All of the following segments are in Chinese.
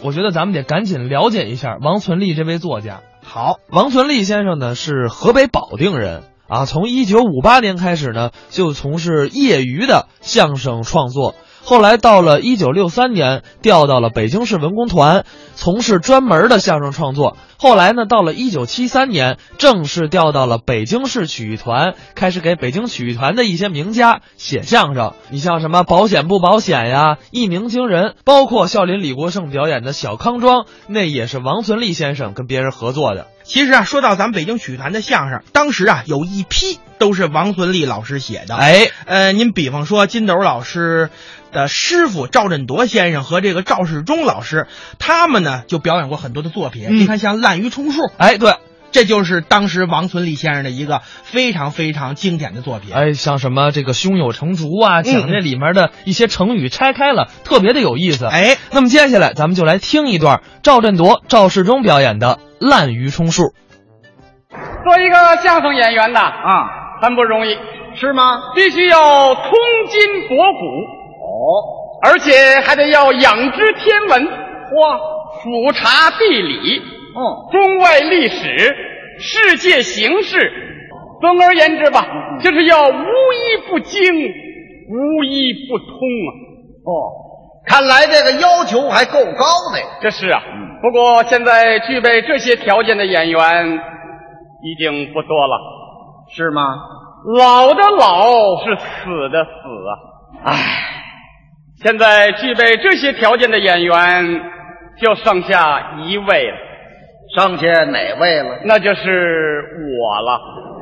我觉得咱们得赶紧了解一下王存利这位作家。 好， 王存利先生呢是河北保定人啊，从1958年开始呢就从事业余的相声创作。后来到了1963年，调到了北京市文工团，从事专门的相声创作。后来呢，到了1973年，正式调到了北京市曲艺团，开始给北京曲艺团的一些名家写相声。你像什么保险不保险呀，一鸣惊人，包括笑林李国盛表演的小康庄，那也是王存利先生跟别人合作的。 其实啊，说到咱们北京曲艺团的相声，当时啊有一批都是王存利老师写的。您比方说金斗老师的师傅赵振铎先生和这个赵世忠老师，他们呢就表演过很多的作品。你看像滥竽充数， 对， 这就是当时王存利先生的一个非常非常经典的作品。 像什么这个胸有成竹啊，讲这里面的一些成语拆开了，特别的有意思。那么接下来咱们就来听一段赵振铎、赵世忠表演的滥竽充数。 做一个相声演员呐，很不容易， 是吗？ 必须要通筋博骨，而且还得要仰知天文，俯察地理，中外历史，世界形势。总而言之吧，就是要无一不精，无一不通啊。 看来这个要求还够高的。 这是啊，不过现在具备这些条件的演员已经不多了。 是吗？ 老的老，是死的死啊。现在具备这些条件的演员就剩下一位了。 剩下哪位了？ 那就是我了。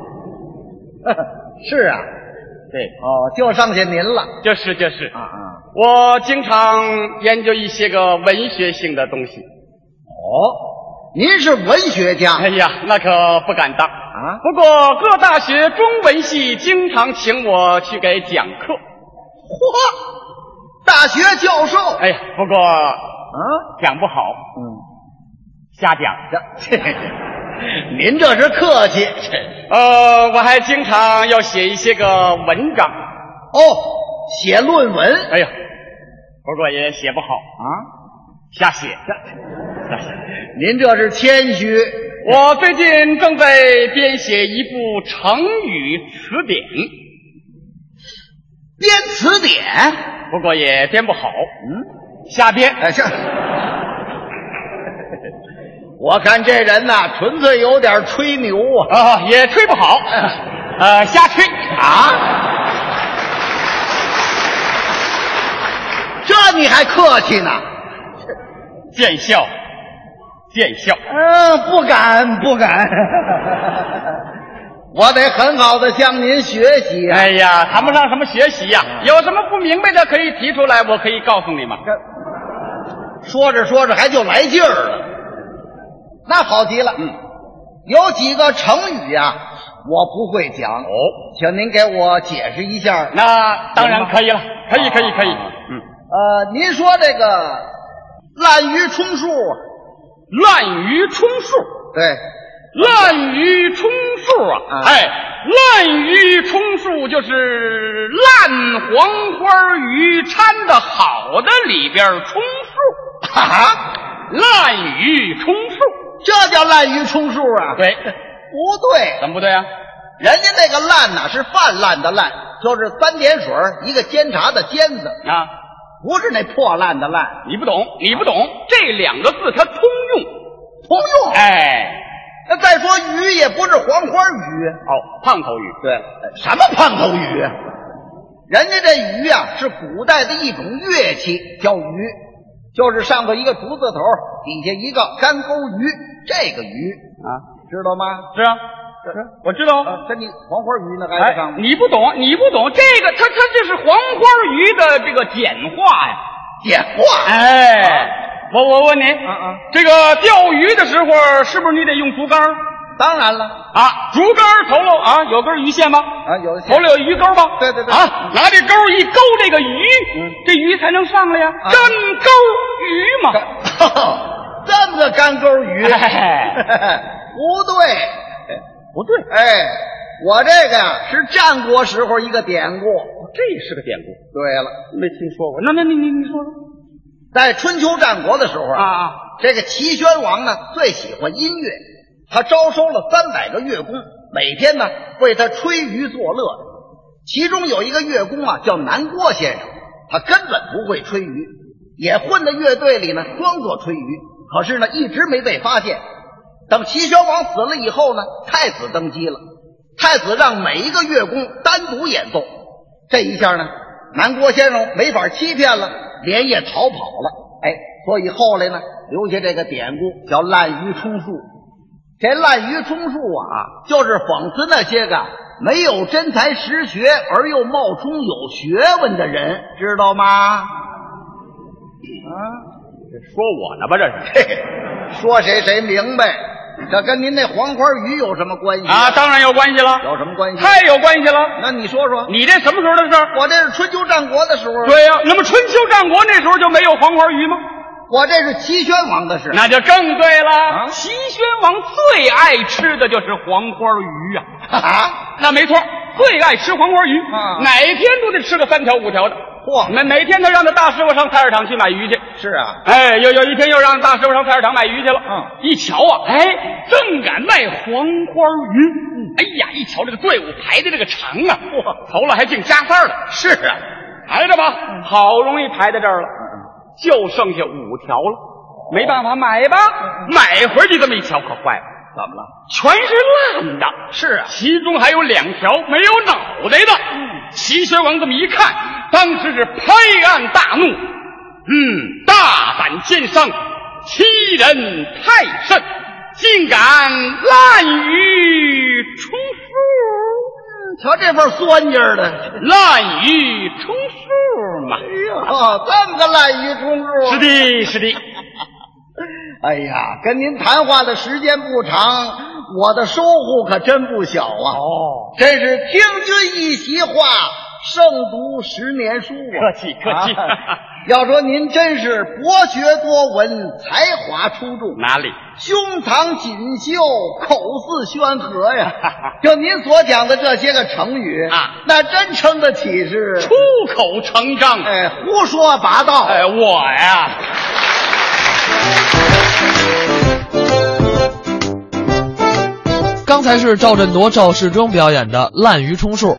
是啊， 对， 就剩下您了。 就是我经常研究一些个文学性的东西。 您是文学家？ 哎呀，那可不敢当啊。不过各大学中文系经常请我去给讲课。 大学教授？ 哎呀，不过讲不好，瞎讲。 您这是客气。 我还经常要写一些个文章。 写论文？ 哎呀，不过也写不好瞎写。 您这是谦虚。 我最近正在编写一部成语词典。 编词典？ 不过也编不好。瞎编。 我看这人呐，纯粹有点吹牛也吹不好。瞎吹这你还客气呢？ 见笑。 不敢。我得很好的向您学习啊。 哎呀，谈不上什么学习呀，有什么不明白的可以提出来，我可以告诉你嘛。 说着说着还就来劲儿了。那好极了。有几个成语啊我不会讲。请您给我解释一下。 那当然可以了。可以。 您说这个滥竽充数。 滥竽充数？ 对， 滥竽充数滥竽充数就是烂黄花鱼掺的好的里边充数。滥竽充数， 这叫滥竽充数啊？ 对。 不对。 怎么不对啊？ 人家那个烂呐是泛滥的滥，就是三点水一个监察的监字不是那破烂的烂。 你不懂，这两个字它通用。 那再说鱼也不是黄花鱼。 胖头鱼。 对，什么胖头鱼？人家这鱼啊是古代的一种乐器，叫鱼，就是上头一个竹字头，底下一个干钩鱼，这个鱼知道吗？ 是啊，我知道。 跟你黄花鱼呢还是上？ 你不懂，这个它这是黄花鱼的这个简化呀。 简化？ 我问你，这个钓鱼的时候是不是你得用竹竿？ 当然了竹竿头喽有根鱼线吗？ 有头里有鱼钩吧？ 对拿这钩一勾这个鱼，这鱼才能上来呀。干钩鱼嘛。 这么个干钩鱼。不对。我这个呀是战国时候一个典故。 这是个典故。 对了， 没听说过。那你说说。 在春秋战国的时候这个齐宣王呢最喜欢音乐，他招收了300个乐工，每天呢为他吹竽作乐。其中有一个乐工叫南郭先生，他根本不会吹竽，也混在乐队里呢装作吹竽，可是呢一直没被发现。等齐宣王死了以后呢，太子登基了，太子让每一个乐工单独演奏。这一下呢，南郭先生没法欺骗了，连夜逃跑了。所以后来呢留下这个典故叫滥竽充数。这滥竽充数就是讽刺那些个没有真才实学而又冒充有学问的人，知道吗？ 这说我呢吧？这是说谁明白。这跟您那黄花鱼有什么关系当然有关系了。 有什么关系？ 太有关系了。 那你说说， 你这什么时候的事？ 我这是春秋战国的时候。 对呀，那么春秋战国那时候就没有黄花鱼吗？ 我这是齐宣王的事。 那就更对了。齐宣王最爱吃的就是黄花鱼那没错，最爱吃黄花鱼哪天都得吃个3条5条的。每天他让他大师傅上菜市场去买鱼去。 是啊。 有一天又让大师傅上菜市场买鱼去了。一瞧正赶卖黄花鱼。一瞧这个队伍排的这个长头了还净加塞的。 是啊， 排着吧，好容易排在这儿了，就剩下5条了，没办法买吧。买回去这么一瞧，可坏了。 怎么了？ 全是烂的。 是啊， 其中还有2条没有脑袋的。齐宣王这么一看，当时是拍案大怒，大胆奸商，欺人太甚，竟敢滥竽充数。 瞧这份酸劲儿的， 滥竽充数嘛。 这么个滥竽充数。 是的，是的。 哎呀，跟您谈话的时间不长，我的收获可真不小真是听君一席话，胜读10年书客气。 要说您真是博学多闻，才华出众。 哪里？ 胸膛锦绣，口似宣和呀。就您所讲的这些个成语那真称得起是出口成章。 胡说八道。 我呀。 刚才是赵振铎、赵世忠表演的滥竽充数。